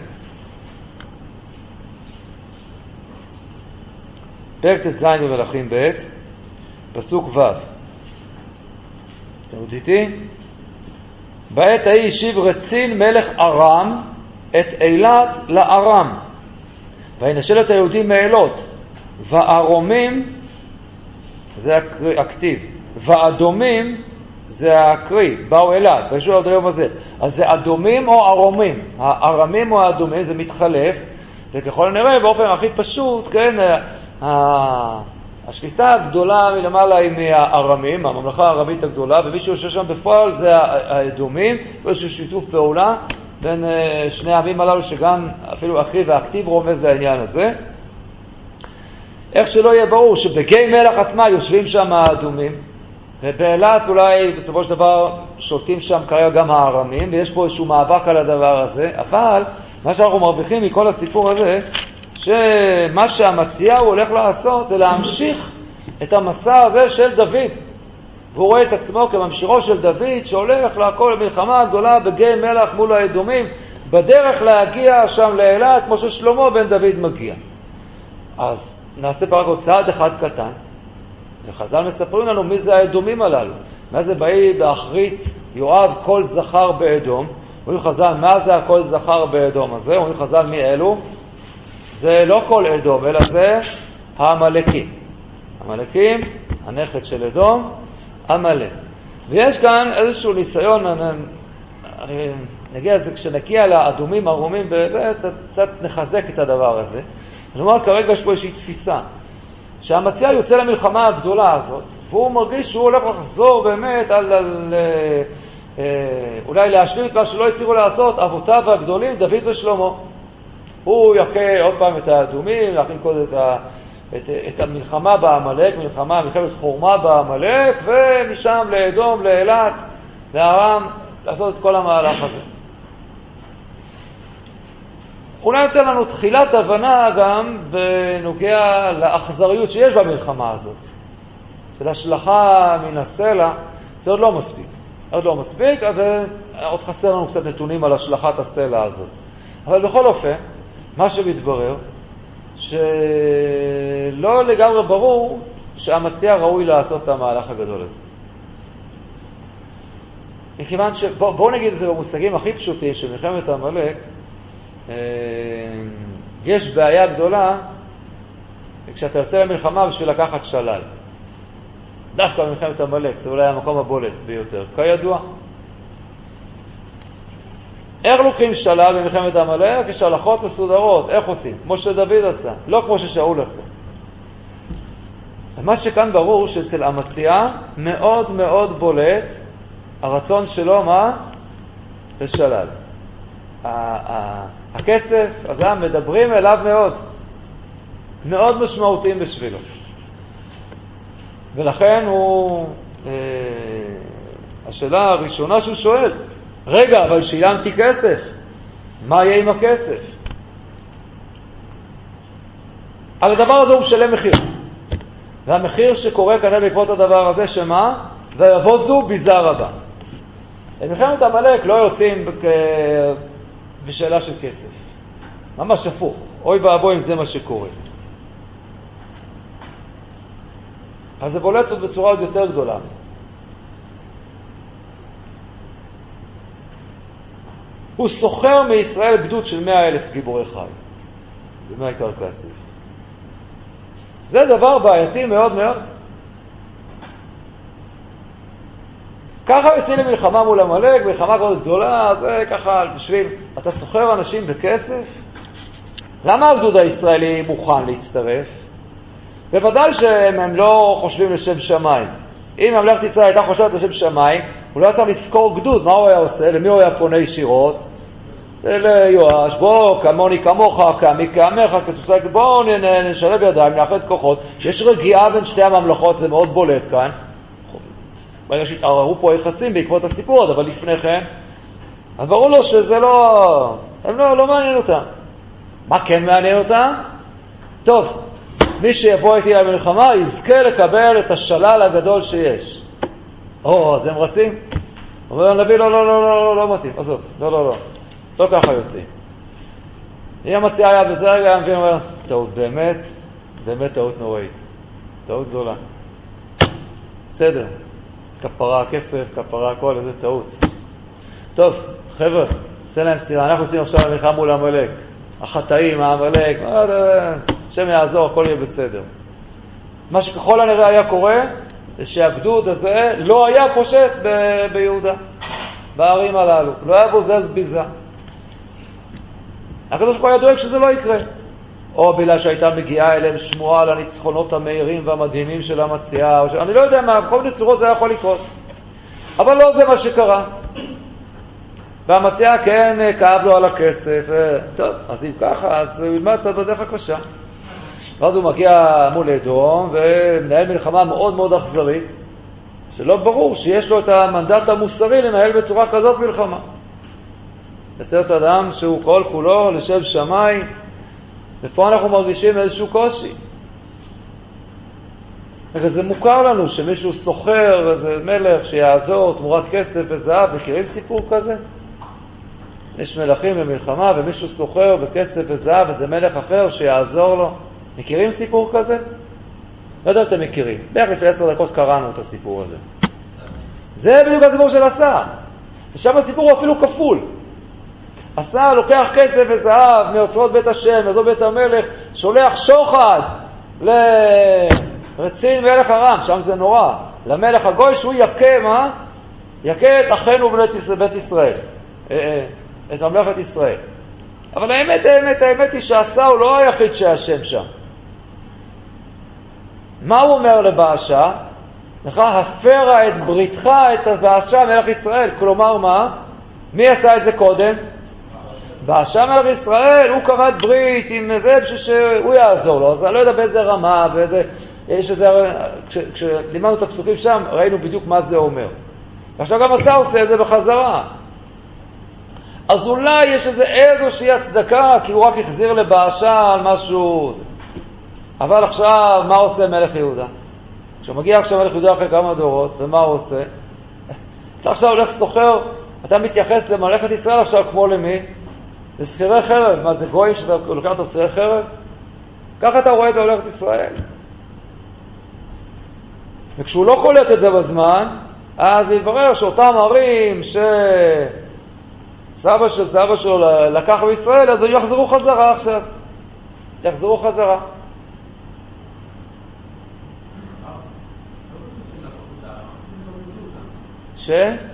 פרק ט"ז במלכים ב', פסוק ו'. אתם עוד איתי? בעת ההיא השיב רצין מלך ארם את אילת לארם, וינשל את היהודים מאלות, וארומים זה הכתיב, ואדומים זה הקרי, באו אילת, וישו עד היום הזה. אז זה אדומים או ארומים? הארמים או האדומים, זה מתחלף, וככל נראה באופן הכי פשוט, כן, השליטה הגדולה מלמעלה היא מהארמים, הממלכה הארמית הגדולה, ומישהו ששם בפועל זה האדומים, ואיזשהו שיתוף פעולה בין שני העמים הללו, שגם אפילו אחי והכתיב רומז לעניין הזה. איך שלא יהיה ברור שבגיא מלח עצמה יושבים שם האדומים, ובאילת אולי בסופו של דבר שולטים שם כרגע גם הארמים, ויש פה איזשהו מאבק על הדבר הזה, אבל מה שאנחנו מרוויחים מכל הסיפור הזה, שמה שהמציאהו הולך לעשות זה להמשיך את המסע הזה של דוד, והוא רואה את עצמו כממשיכו של דוד שהולך לעקוב למלחמה הגדולה בגיא מלח מול האדומים, בדרך להגיע שם לאילת כמו ששלמה בן דוד מגיע. אז נעשה פרק עוד צעד אחד קטן, וחז"ל מספרים לנו מי זה האדומים הללו, מה זה באי באחרית יואב כל זכר באדום. אומרים חז"ל, מה זה הכל זכר באדום הזה? אומרים חז"ל, מי אלו? זה לא כל אדום, אלא זה המלאקים. המלאקים, הנכד של אדום, המלאק. ויש כאן איזשהו ניסיון, אני, אני נגיע לזה כשנגיע לאדומים הרומים, קצת, קצת נחזק את הדבר הזה. אני אומר, כרגע יש פה איזושהי תפיסה, שהמציע יוצא למלחמה הגדולה הזאת, והוא מרגיש שהוא הולך לחזור באמת על, על אה, אולי להשלים את מה שלא הצליחו לעשות אבותיו הגדולים, דוד ושלמה. הוא יכה עוד פעם את האדומים, להכין קודם את, ה, את, את המלחמה בעמלק, מלחמה, מלחמת חורמה בעמלק, ומשם לאדום, לאילת, לארם, לעשות את כל המהלך הזה. אולי נותן לנו תחילת הבנה גם בנוגע לאכזריות שיש במלחמה הזאת, של השלכה מן הסלע. זה עוד לא מספיק, עוד לא מספיק, אבל עוד חסר לנו קצת נתונים על השלכת הסלע הזאת. אבל בכל אופן, מה שמתברר, שלא לגמרי ברור שהמציע ראוי לעשות את המהלך הגדול הזה. מכיוון ש... בוא, בוא נגיד את זה במושגים הכי פשוטים של מלחמת עמלק, יש בעיה גדולה כשאתה יוצא למלחמה בשביל לקחת שלל. דווקא במלחמת עמלק, זה אולי המקום הבולט ביותר, כידוע. איך לוקחים שלל במלחמת עמלק? כשלחות מסודרות, איך עושים? כמו שדוד עשה, לא כמו ששאול עשה. ומה שכאן ברור שאצל המציע מאוד מאוד בולט הרצון שלו, מה? לשלל. הכסף, הזם, מדברים אליו מאוד, מאוד משמעותיים בשבילו. ולכן הוא השאלה הראשונה שהוא שואל, רגע, אבל שילמתי כסף, מה יהיה עם הכסף? על הדבר הזה הוא משלם מחיר. והמחיר שקורה כנראה בעקבות הדבר הזה, שמה? ויבוזו ביזה רבה. מלחמת עמלק לא יוצאים בשאלה של כסף. ממש הפוך. אוי ואבוי אם זה מה שקורה. אז זה בולט עוד בצורה עוד יותר גדולה. הוא סוחר מישראל גדוד של מאה אלף גיבורי חי. זה מה העיקר כסף. זה דבר בעייתי מאוד מאוד. ככה יוצאים למלחמה מול עמלק, מלחמה מאוד גדולה, זה ככה בשביל, אתה סוחר אנשים בכסף? למה הגדוד הישראלי מוכן להצטרף? בוודאי שהם לא חושבים לשם שמיים. אם ממלכת ישראל הייתה חושבת לשם שמיים, הוא לא יצא לזכור גדוד, מה הוא היה עושה? למי הוא היה פונה ישירות? ליואש, בוא, כמוני כמוך, כמי כעמך, כסוסק, בוא נשלב ידיים, נאחד כוחות. יש רגיעה בין שתי הממלכות, זה מאוד בולט כאן. ברגע שהתערערו פה יחסים בעקבות הסיפור הזה, אבל לפני כן, אז ברור לו שזה לא, הם לא, לא מעניין אותם. מה כן מעניין אותם? טוב, מי שיבוא איתי למלחמה יזכה לקבל את השלל הגדול שיש. או, אז הם רצים? אומר הנביא, לא, לא, לא, לא, לא, לא מתאים, עזוב, לא, לא, לא. לא ככה יוצאים. היא המציעה היה בזה רגע, היה מבין, אומר, טעות, באמת, באמת טעות נוראית. טעות גדולה. בסדר. כפרה כסף, כפרה הכל, איזה טעות. טוב, חבר'ה, תן להם סתירה, אנחנו יוצאים עכשיו למלחמה מול עמלק. החטאים, העמלק, השם יעזור, הכל יהיה בסדר. מה שככל הנראה היה קורה, זה שהגדוד הזה לא היה פושט ב- ביהודה, בערים הללו. לא היה בו זז ביזה. הקדוש ברוך הוא היה דואג שזה לא יקרה. או בגלל שהייתה מגיעה אליהם שמועה על הניצחונות המהירים והמדהימים של המציאה, או ש... אני לא יודע מה, בכל מיני צורות זה יכול לקרות. אבל לא זה מה שקרה. והמציאה כן כאב לו על הכסף. טוב, אז אם ככה, אז הוא ילמד קצת בדרך הקשה. ואז הוא מגיע מול אדום ומנהל מלחמה מאוד מאוד אכזרית, שלא ברור שיש לו את המנדט המוסרי לנהל בצורה כזאת מלחמה. יצרת אדם שהוא כל כולו לשם שמיים, ופה אנחנו מרגישים איזשהו קושי. זה מוכר לנו שמישהו סוחר, איזה מלך שיעזור תמורת כסף וזהב, מכירים סיפור כזה? יש מלכים במלחמה ומישהו סוחר בכסף וזהב, איזה מלך אחר שיעזור לו. מכירים סיפור כזה? לא יודע אם אתם מכירים. בערך לפני עשר דקות קראנו את הסיפור הזה. זה בדיוק הסיפור של השר. ושם הסיפור הוא אפילו כפול. השר לוקח כסף וזהב מאוצרות בית השם, מאוצרות בית המלך, שולח שוחד לרצין מלך ארם, שם זה נורא, למלך הגוי שהוא יקה, מה? יקה את אחינו בית ישראל, את ממלכת ישראל. אבל האמת, האמת, האמת היא שהשר הוא לא היחיד שהשם שם. מה הוא אומר לבאשה? לך, הפרה את בריתך, את באשה מלך ישראל. כלומר מה? מי עשה את זה קודם? באשה מלך ישראל, הוא כרת ברית עם זה בשביל שהוא יעזור לו. אז אני לא יודע באיזה רמה, באיזה... יש איזה... כש, כשלימדנו את הפסוקים שם, ראינו בדיוק מה זה אומר. ועכשיו גם השר עושה את זה בחזרה. אז אולי יש איזה איזושהי הצדקה, כי הוא רק החזיר לבאשה על משהו... אבל עכשיו, מה עושה מלך יהודה? כשמגיע עכשיו מלך יהודה אחרי כמה דורות, ומה הוא עושה? אתה עכשיו הולך סוחר, אתה מתייחס למלכת ישראל עכשיו כמו למי? זה סחירי חרב. מה זה גוי שאתה לוקח אותו סחירי חרב? ככה אתה רואה את מלכת ישראל. וכשהוא לא קולט את זה בזמן, אז יתברר שאותם ערים ש... סבא של סבא שלו לקח בישראל, אז הם יחזרו חזרה עכשיו. יחזרו חזרה. ש?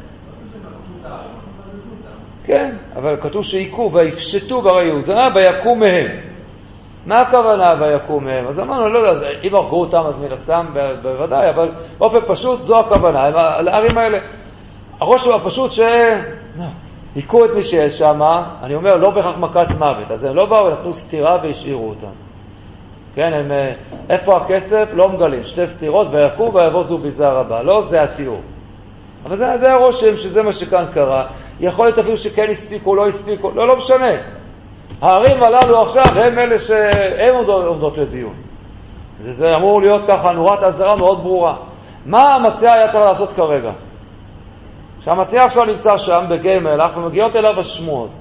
כן, אבל כתוב שיקו ויפשטו ברי יהודה ויקו מהם. מה הכוונה ויקו מהם? אז אמרנו, לא יודע, אם הרגו אותם אז מן הסתם בוודאי, אבל באופן פשוט זו הכוונה. הערים האלה, הראש הוא הפשוט ש... היקו את מי שיש שם, אני אומר, לא בהכרח מכת מוות, אז הם לא באו ונתנו סתירה והשאירו אותם. כן, הם, איפה הכסף? לא מגלים, שתי סתירות ויקו ויבוזו בזער רבה. לא, זה התיאור. אבל זה, זה הרושם שזה מה שכאן קרה. יכול להיות אפילו שכן הספיקו, לא הספיקו, לא, לא משנה. הערים הללו עכשיו הם אלה שהם עומדות, עומדות לדיון. זה, זה אמור להיות ככה נורת אזהרה מאוד ברורה. מה המציע היה צריך לעשות כרגע? שהמציע עכשיו נמצא שם בגיא מלח ומגיעות אליו השמועות.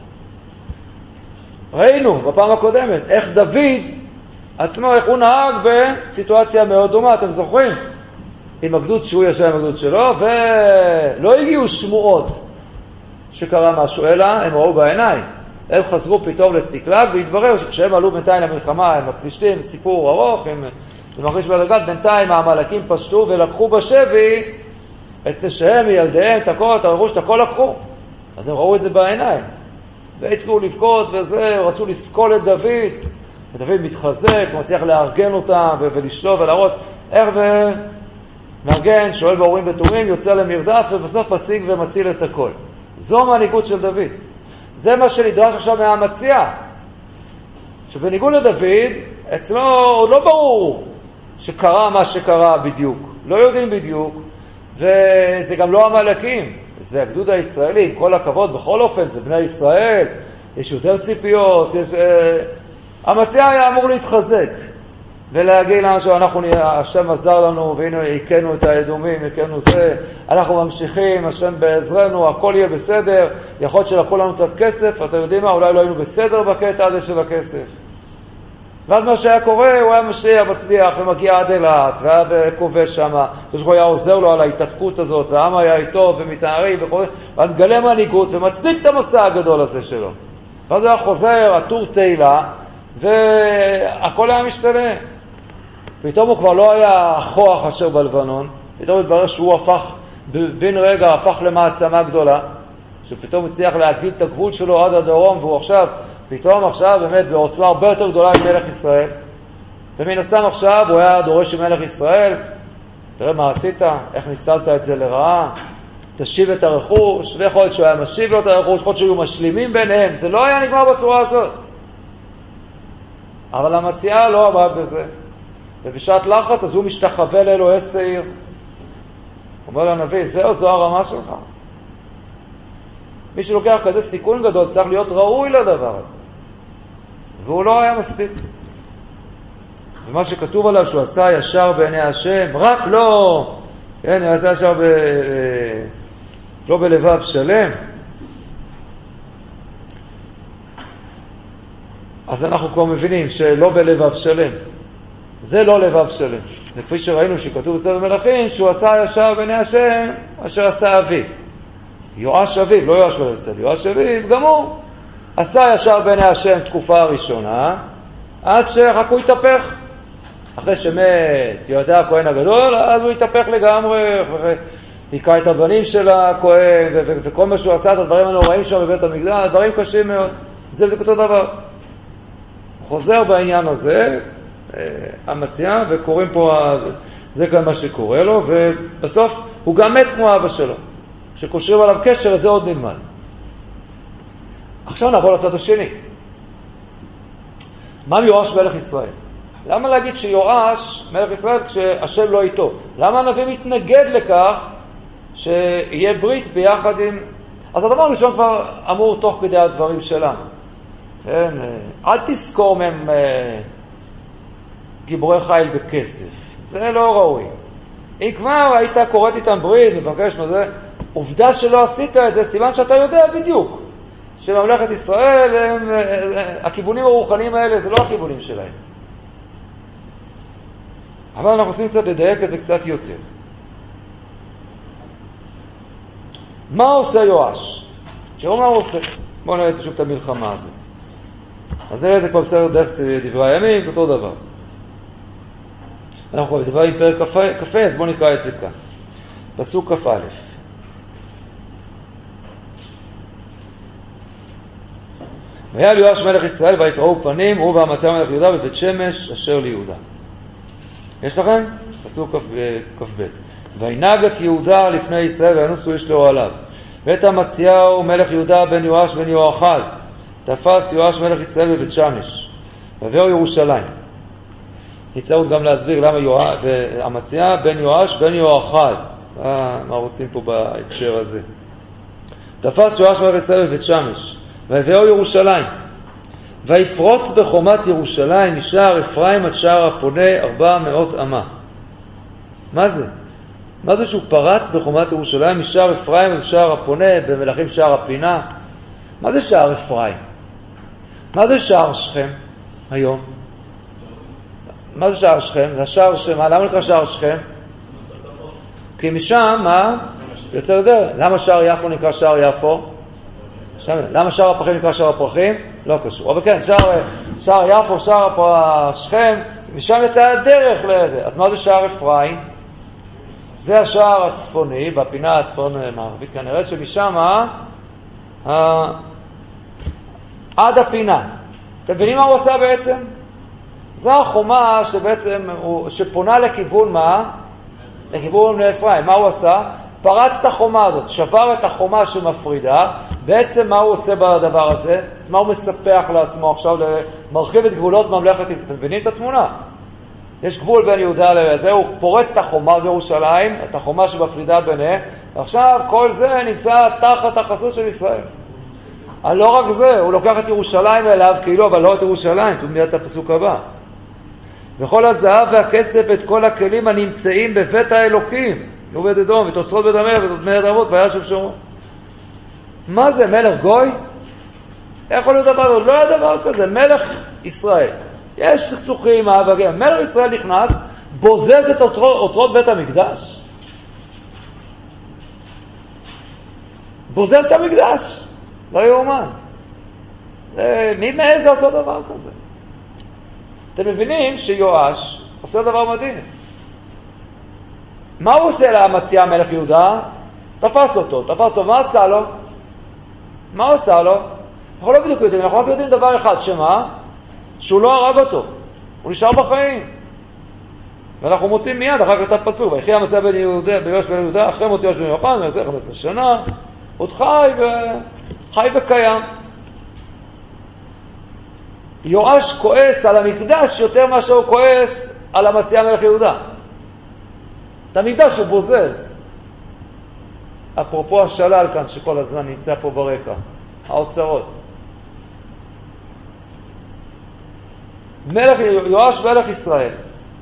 ראינו בפעם הקודמת איך דוד עצמו, איך הוא נהג בסיטואציה מאוד דומה, אתם זוכרים? עם הגדוד שהוא ישב עם הגדוד שלו, ולא הגיעו שמועות שקרה משהו, אלא הם ראו בעיניים. הם חזרו פתאום לציקלג, והתברר שכשהם עלו בינתיים למלחמה, הם הפלישתים, סיפור ארוך, הם, הם מרגיש בדרגת, בינתיים המלאקים פשטו ולקחו בשבי את נשיהם, ילדיהם, את הכל, את הרכוש, את הכל לקחו. אז הם ראו את זה בעיניים. והתחילו לבכות וזה, רצו לסקול את דוד, ודוד מתחזק, מצליח לארגן אותם ולשלוב ולהראות איך ומארגן, שואל באורים ותורים, יוצא למרדף ובסוף משיג ומציל את הכל. זו המנהיגות של דוד. זה מה שנדרש עכשיו מהמציע. שבניגוד לדוד, אצלו לא ברור שקרה מה שקרה בדיוק. לא יודעים בדיוק, וזה גם לא המלאקים. זה הגדוד הישראלי, עם כל הכבוד, בכל אופן, זה בני ישראל, יש יותר ציפיות, יש, אה, המציע היה אמור להתחזק, ולהגיד לנו שאנחנו, השם עזר לנו, והנה הכינו את האדומים, הכינו זה, אנחנו ממשיכים, השם בעזרנו, הכל יהיה בסדר, יכול להיות שלקחו לנו קצת כסף, אתה יודעים מה, אולי לא היינו בסדר בקטע הזה של הכסף. ואז מה שהיה קורה, הוא היה משקיע, מצליח ומגיע עד אלת, והיה כובש שם, הוא היה עוזר לו על ההתעתקות הזאת, והעם היה איתו ומתארים וכל זה, ואז מגלה מנהיגות ומצדיק את המסע הגדול הזה שלו. ואז הוא היה חוזר, עטור תהילה, והכל היה משתנה. פתאום הוא כבר לא היה הכוח אשר בלבנון, פתאום התברר שהוא הפך, בין רגע הפך למעצמה גדולה, שפתאום הצליח להגדיל את הגבול שלו עד הדרום, והוא עכשיו, פתאום עכשיו באמת בעוצמה הרבה יותר גדולה עם מלך ישראל. ומן הסתם עכשיו הוא היה דורש עם מלך ישראל, תראה מה עשית, איך ניצלת את זה לרעה, תשיב את הרכוש, ויכול להיות שהוא היה משיב לו את הרכוש, יכול להיות שהיו משלימים ביניהם, זה לא היה נגמר בצורה הזאת. אבל המציאה לא עמד בזה. ובשעת לחץ אז הוא משתחווה לאלוהי שעיר. אומר לנביא, זהו, זו הרמה שלך. מי שלוקח כזה סיכון גדול צריך להיות ראוי לדבר הזה. והוא לא היה מספיק. ומה שכתוב עליו שהוא עשה ישר בעיני השם, רק לא, כן, הוא עשה ישר ב... לא בלבב שלם. אז אנחנו כבר מבינים שלא בלבב שלם. זה לא לבב שלם. וכפי שראינו שכתוב בספר מלכים, שהוא עשה ישר בעיני השם, אשר עשה אביו. יואש אביו, לא יואש ולסל, יואש אביו, גם הוא עשה ישר בעיני השם תקופה הראשונה, עד שרק הוא התהפך. אחרי שמת יהודה הכהן הגדול, אז הוא התהפך לגמרי, והיקע את הבנים של הכהן, וכל מה שהוא עשה, את הדברים הנוראים שם בבית המקדש, דברים קשים מאוד. זה זה אותו דבר. חוזר בעניין הזה, המציע, וקוראים פה, זה גם מה שקורה לו, ובסוף הוא גם מת כמו אבא שלו. שקושרים עליו קשר, זה עוד נלמד. עכשיו נעבור לצד השני. מה יואש מלך ישראל? למה להגיד שיואש מלך ישראל כשהשם לא איתו? למה הנביא מתנגד לכך שיהיה ברית ביחד עם... אז הדבר הראשון כבר אמור תוך כדי הדברים שלנו. כן, אל תזכור מהם גיבורי חיל בכסף. זה לא ראוי. אם כבר היית קוראת איתם ברית, מבקש מזה, עובדה שלא עשית את זה, סימן שאתה יודע בדיוק. שממלכת ישראל, הם, הכיוונים הרוחניים האלה, זה לא הכיוונים שלהם. אבל אנחנו רוצים קצת לדייק את זה קצת יותר. מה עושה יואש? תראו מה הוא עושה. בואו נראה שוב את המלחמה הזאת. אז נראה את זה כבר בסדר דרך דברי הימים, זה אותו דבר. אנחנו כבר בדברי פרק קפה, אז בואו נקרא את זה כאן. פסוק כ"א. והיה ליואש מלך ישראל ויתראו פנים, הוא והמציא מלך יהודה בבית שמש אשר ליהודה. יש לכם? פסוק כ"ב. וינהג את יהודה לפני ישראל וינוסו איש לאוהליו. ואת המציהו מלך יהודה בן יואש בן יהואחז תפס יואש מלך ישראל בבית שמש, והביאו ירושלים. יצטרכו גם להסביר למה יואש, אמציה בן יואש בן יואחז. אה, מה רוצים פה בהקשר הזה? תפס יואש מלך ישראל בבית שמש, ויביאו ירושלים, ויפרוץ בחומת ירושלים משער אפרים עד שער הפונה ארבע מאות אמה. מה זה? מה זה שהוא פרץ בחומת ירושלים משער אפרים עד שער הפונה, במלכים שער הפינה? מה זה שער אפרים? מה זה שער שכם היום? מה זה שער שכם? זה שער שכם. למה נקרא שער שכם? כי משם, מה? יוצא לדרך. למה שער יפו נקרא שער יפו? למה שער הפרחים נקרא שער הפרחים? לא קשור. אבל כן, שער, שער יפו, שער שכם, משם יצא הדרך לזה. אז מה זה שער אפרים? זה השער הצפוני, בפינה הצפון מערבית כנראה, שמשם אה, עד הפינה. אתם מבינים מה הוא עשה בעצם? זו החומה שבעצם, הוא, שפונה לכיוון מה? לכיוון אפרים. מה הוא עשה? פרץ את החומה הזאת, שבר את החומה שמפרידה. בעצם מה הוא עושה בדבר הזה? מה הוא מספח לעצמו עכשיו? מרחיב את גבולות ממלכת ישראל. אתם מבינים את התמונה? יש גבול בין יהודה לזה, הוא פורץ את החומה בירושלים, את החומה שמפרידה ביניהם, ועכשיו כל זה נמצא תחת החסות של ישראל. אבל לא רק זה, הוא לוקח את ירושלים אליו, כאילו, אבל לא את ירושלים, הוא מיד את הפסוק הבא. וכל הזהב והכסף ואת כל הכלים הנמצאים בבית האלוקים, עובד אדום, ואת אוצרות בית המלך, ואת מלך אבות, והיה שם שומרון. מה זה, מלך גוי? איך יכול להיות דבר? לא היה דבר כזה, מלך ישראל. יש סכסוכים, אהבה, מלך ישראל נכנס, בוזז את אוצרות בית המקדש. בוזז את המקדש. לא יאומן. מי מעז לעשות דבר כזה? אתם מבינים שיואש עושה דבר מדהים. מה הוא עושה לאמציה מלך יהודה? תפס אותו, תפס אותו, מה עשה לו? מה הוא עשה לו? אנחנו לא בדיוק יודעים, אנחנו רק יודעים דבר אחד, שמה? שהוא לא הרג אותו, הוא נשאר בחיים. ואנחנו מוצאים מיד אחר כך את הפסוק, ויחי אמציה בן יהודה, ביואש בן יהודה, אחרי מות יואש בן יוחנן, ויצא חמש עשרה שנה, עוד חי ו... חי וקיים. יואש כועס על המקדש יותר מאשר הוא כועס על אמציה מלך יהודה. את המקדש הוא בוזז. אפרופו השלל כאן שכל הזמן נמצא פה ברקע, האוצרות. מלך יואש מלך ישראל,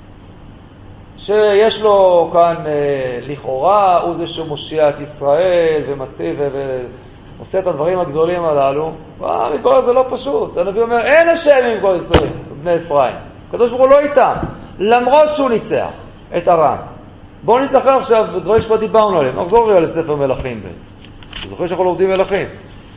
שיש לו כאן אה, לכאורה, הוא זה שמושיע את ישראל ומציב ועושה את הדברים הגדולים הללו. המדבר הזה לא פשוט. הנביא אומר, אין השם עם כל ישראל, בני אפרים. הקדוש ברוך הוא לא איתם, למרות שהוא ניצח את ארם. בואו נצחר עכשיו דברים שפה דיברנו עליהם. נחזור רגע לספר מלכים בעצם. זוכר שאנחנו לומדים מלכים.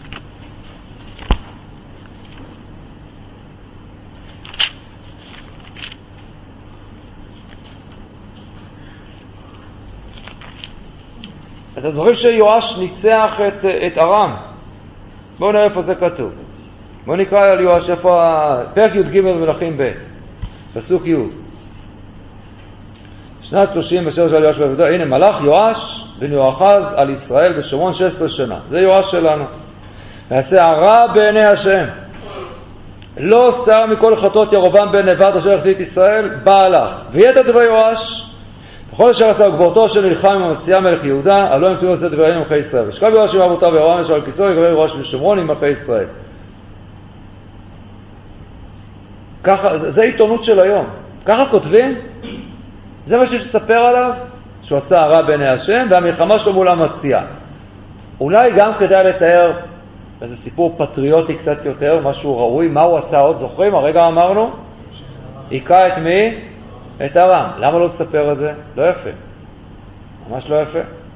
אתם זוכרים שיואש ניצח את, את ארם. בואו נראה איפה זה כתוב. בואו נקרא על יואש איפה פרק י' ג' מלכים ב' פסוק י'. שנת שלושים ושלוש על יואש בן יהודה. הנה מלך יואש בן יואחז על ישראל בשומרון שש עשרה שנה. זה יואש שלנו. ועשה הרע בעיני השם. לא שר מכל חטאות ירובעם בן נבט אשר החטיא ישראל, בא הלך. ויתר דברי יואש בכל אשר עשה גבורתו שנלחם עם אמציה מלך יהודה, הלא הם תהיו עושה דבריהם עם מלכי ישראל. ושכב יואש עם אבותיו וירבעם אשר על כיסאו, יגבר יואש בשומרון עם מלכי ישראל. ככה, זה עיתונות של היום. ככה כותבים? זה מה שיש לספר עליו? שהוא עשה הרע בעיני השם, והמלחמה שלו מול אמציה. אולי גם כדאי לתאר איזה סיפור פטריוטי קצת יותר, משהו ראוי, מה הוא עשה עוד? זוכרים? הרגע אמרנו? עיקה את מי? את ארם. למה לא לספר את זה? לא יפה. ממש לא יפה.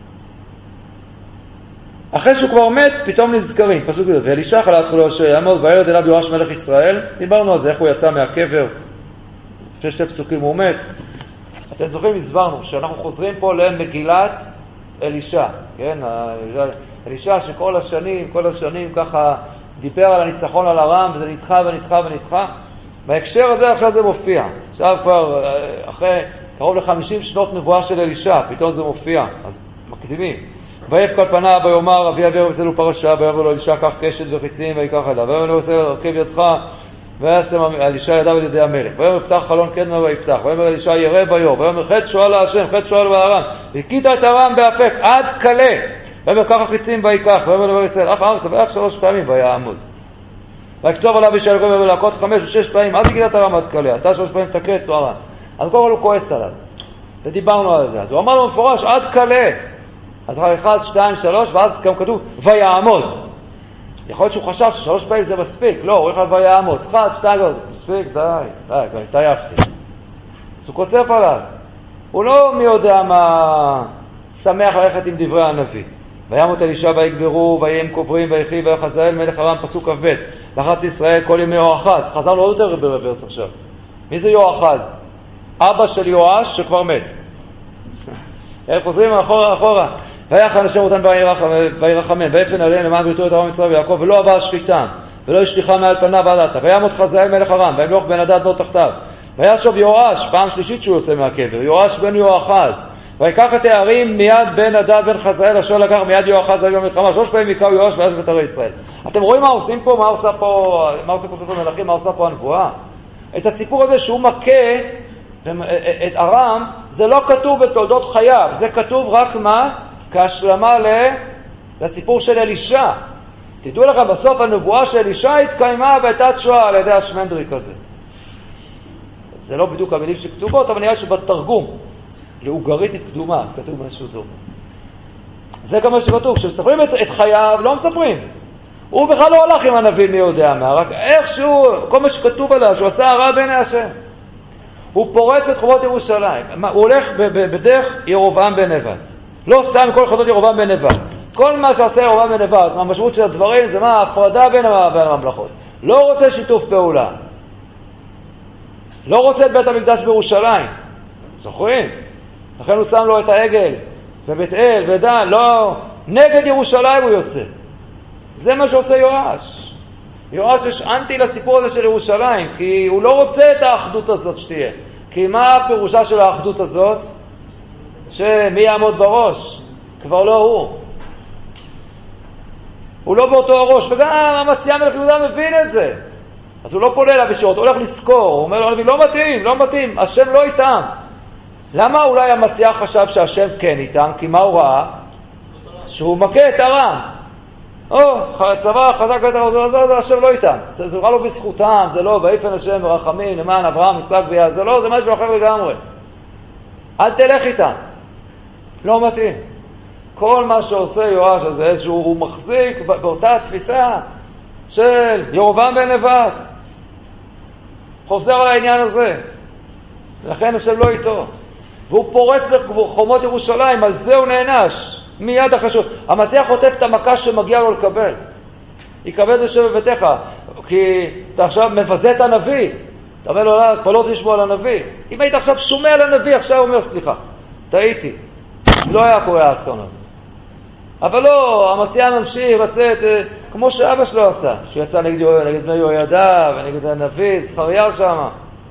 אחרי שהוא כבר מת, פתאום נזכרים. פסוק כזה. ואלישע חלץ חולו שיעמוד וירד אליו יואש מלך ישראל. דיברנו על זה, איך הוא יצא מהקבר. לפני שתי פסוקים הוא מת. אתם זוכרים, הסברנו, שאנחנו חוזרים פה למגילת אלישע. כן? אלישע שכל השנים, כל השנים ככה דיבר על הניצחון על ארם, וזה נדחה ונדחה ונדחה. בהקשר הזה עכשיו זה מופיע. עכשיו כבר אחרי קרוב ל-חמישים שנות נבואה של אלישע, פתאום זה מופיע. אז מקדימים. ויף כל פניו ויאמר אבי אבי ובצלו פרשה, ויאמר לו אלישע קח קשת וחיצים ויקח אליו. ויאמר לו עושה רכיב ידך וישם אלישע ידיו על ידי המלך, ויאמר יפתח חלון קדמה ויפתח, ויאמר אלישע ירא ביום, ויאמר חץ שואל להשם, חץ שואל בארם, והכית את ארם באפק עד קלה, ויאמר קח החיצים ויקח, ויאמר לדבר ישראל אף ארץ ויח שלוש פעמים ויעמוד. ויקצוב עליו איש אלוהים ולהכות חמש ושש פעמים, אז הכית את ארם עד קלה, אתה שלוש פעמים תכה את ארם. אז כל הוא כועס עליו, ודיברנו על זה, אז הוא אמר לו מפורש עד קלה, אז אחד, שתיים, שלוש, ואז גם כתוב ויעמוד. יכול להיות שהוא חשב ששלוש פעמים זה מספיק, לא, הוא יכול ויעמוד, אחד, שתיים, מספיק, די, די, כבר התעייפתי. אז הוא קוצף עליו, הוא לא מי יודע מה שמח ללכת עם דברי הנביא. וימות אלישע ויגברו, ויהם קוברים, ויחי ויחזאל מלך ארם, פסוק כ"ב, לחץ ישראל כל ימי יהואחז. חזרנו עוד יותר ברוורס עכשיו. מי זה יהואחז? אבא של יואש שכבר מת. הם חוזרים אחורה אחורה. ויחן אשר אותן וירחמן, ויפן עליהם למען בריתו את ארם מצרים ויעקב, ולא עבר שחיתם, ולא השליחה מעל פניו עד עתה. וימות חזאל מלך ארם, וימלוך בן הדד בו תחתיו. וישוב יואש, פעם שלישית שהוא יוצא מהקבר, יואש בן יהואחז. ויקח את הערים מיד בן הדד בן חזאל, אשר לקח מיד יהואחז על יום מלחמה, שלוש פעמים יקראו יואש ועזב את ערי ישראל. אתם רואים מה עושים פה, מה עושה פה, מה עושה פה ספר מלכים, מה עושה פה הנבואה? את הסיפור הזה שהוא מכה את ארם, זה לא כתוב בתולדות חייו, זה כתוב רק מה? כהשלמה לסיפור של אלישע. תדעו לכם, בסוף הנבואה של אלישע התקיימה והייתה תשועה על ידי השמנדריק הזה. זה לא בדיוק המילים שכתובות, אבל נראה שבתרגום לאוגריתית קדומה כתוב משהו דומה. זה גם מה שכתוב, כשמספרים את, את חייו לא מספרים. הוא בכלל לא הולך עם הנביא מי יודע מה, רק איכשהו, כל מה שכתוב עליו, שהוא עשה הרע בעיני השם. הוא פורץ את חומות ירושלים, הוא הולך בדרך ירובעם בן נבט. לא סתם כל חדות ירובעם בן נבט. כל מה שעושה ירובעם בן נבט, המשמעות של הדברים זה מה? ההפרדה בין הממלכות. לא רוצה שיתוף פעולה. לא רוצה את בית המקדש בירושלים. זוכרים? לכן הוא שם לו את העגל ובית אל ודן, לא, נגד ירושלים הוא יוצא. זה מה שעושה יואש. יואש יש אנטי לסיפור הזה של ירושלים, כי הוא לא רוצה את האחדות הזאת שתהיה. כי מה הפירושה של האחדות הזאת? שמי יעמוד בראש? כבר לא הוא. הוא לא באותו הראש, וגם המציע מלך יהודה מבין את זה. אז הוא לא פונה אליו ישירות, הוא הולך לזכור, הוא אומר לו, לא מתאים, לא מתאים, השם לא איתם. למה אולי המציע חשב שהשם כן איתם? כי מה הוא ראה? שהוא מכה את ארם. או, צבא חזק את ארם, זה השם לא איתם. זה ראה לו בזכותם, זה לא, ויפן השם ורחמים, למען אברהם, יצחק ויעקב, זה לא, זה משהו אחר לגמרי. אל תלך איתם. לא מתאים. כל מה שעושה יואש הזה, שהוא מחזיק באותה תפיסה של ירובעם בן נבט. חוזר על העניין הזה. לכן השם לא איתו. והוא פורץ בחומות ירושלים, על זה הוא נענש. מיד אחרי שהוא... המציע חוטף את המכה שמגיע לו לקבל. יקבל את השם בביתך. כי אתה עכשיו מבזה את הנביא. אתה אומר לו, כבר לא תשמוע על הנביא. אם היית עכשיו שומע על הנביא, עכשיו הוא אומר, סליחה, טעיתי. לא היה קורה האסון הזה. אבל לא, המציע ממשיך לצאת כמו שאבא שלו עשה. שהוא יצא נגד, נגד בני יהוידע ונגד הנביא, זכריה שם.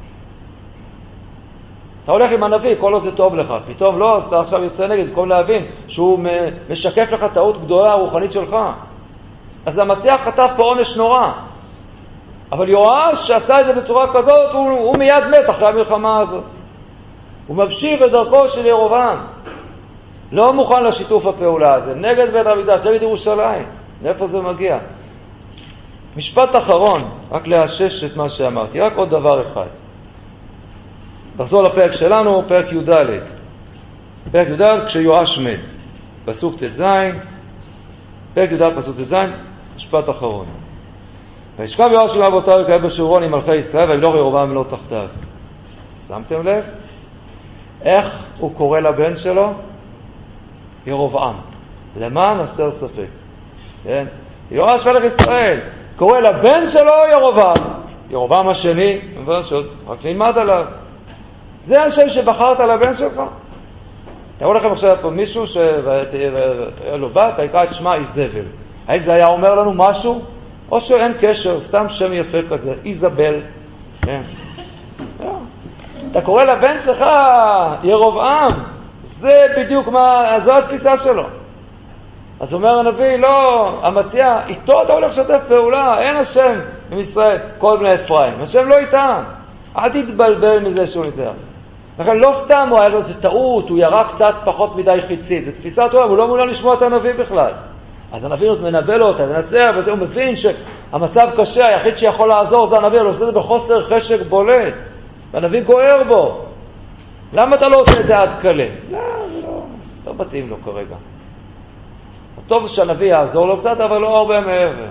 אתה הולך עם הנביא, כל עוד זה טוב לך. פתאום לא, אתה עכשיו יוצא נגד, במקום להבין שהוא משקף לך טעות גדולה רוחנית שלך. אז המציע חטף פה עונש נורא. אבל יואש שעשה את זה בצורה כזאת, הוא, הוא מיד מת אחרי המלחמה הזאת. הוא ממשיך את דרכו של ירובעם. לא מוכן לשיתוף הפעולה הזה. נגד בית המקדש, נגד ירושלים. מאיפה זה מגיע? משפט אחרון, רק להשש את מה שאמרתי. רק עוד דבר אחד. תחזור לפרק שלנו, פרק י"ד. פרק י"ד כשיואש מת. פסוק ט"ז, פרק י"ד פסוק ט"ז, משפט אחרון. וישכב יואש עם אבותיו ויקרא בשומרון עם מלכי ישראל וימלוך ירובעם ולא תחתיו. שמתם לב? איך הוא קורא לבן שלו? ירובעם. למען הסר ספק. כן? יואש מלך ישראל קורא לבן שלו ירובעם. ירובעם השני, רק נלמד עליו. זה השם שבחרת לבן שלך. תראו לכם עכשיו פה מישהו שהיה לו בת, ויקרא את שמה איזבל. האם זה היה אומר לנו משהו? או שאין קשר, סתם שם יפה כזה, איזבל. כן. אתה קורא לבן שלך ירובעם. זה בדיוק מה, זו התפיסה שלו. אז אומר הנביא, לא, המציע, איתו אתה הולך לשתף פעולה, אין השם עם ישראל, כל בני אפרים. השם לא איתם. אל תתבלבל מזה שהוא ניצח. לכן לא סתם הוא היה לו איזה טעות, הוא ירה קצת פחות מדי חיצית. זו תפיסת עולם, הוא לא מעוניין לשמוע את הנביא בכלל. אז הנביא מנבא לו, אתה תנצח, וזה הוא מבין שהמצב קשה, היחיד שיכול לעזור זה הנביא, הוא עושה את זה בחוסר חשק בולט. והנביא גוער בו. למה אתה לא עושה את זה עד קלה? לא, לא, לא מתאים לו כרגע. אז טוב שהנביא יעזור לו קצת, אבל לא הרבה מעבר.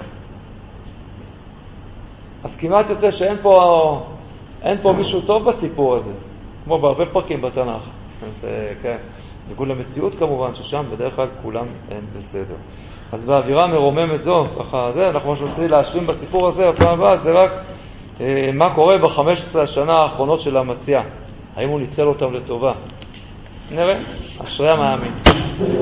אז כמעט יוצא שאין פה, אין פה מישהו טוב בסיפור הזה, כמו בהרבה פרקים בתנ"ך. זה, כן, בגול למציאות כמובן, ששם בדרך כלל כולם הם בסדר. אז באווירה מרוממת זו, ככה זה, אנחנו רוצים להשלים בסיפור הזה, הפעם הבאה, זה רק אה, מה קורה ב-חמש עשרה השנה האחרונות של המציאה. האם הוא ניצל אותם לטובה? נראה, אשרי המאמין.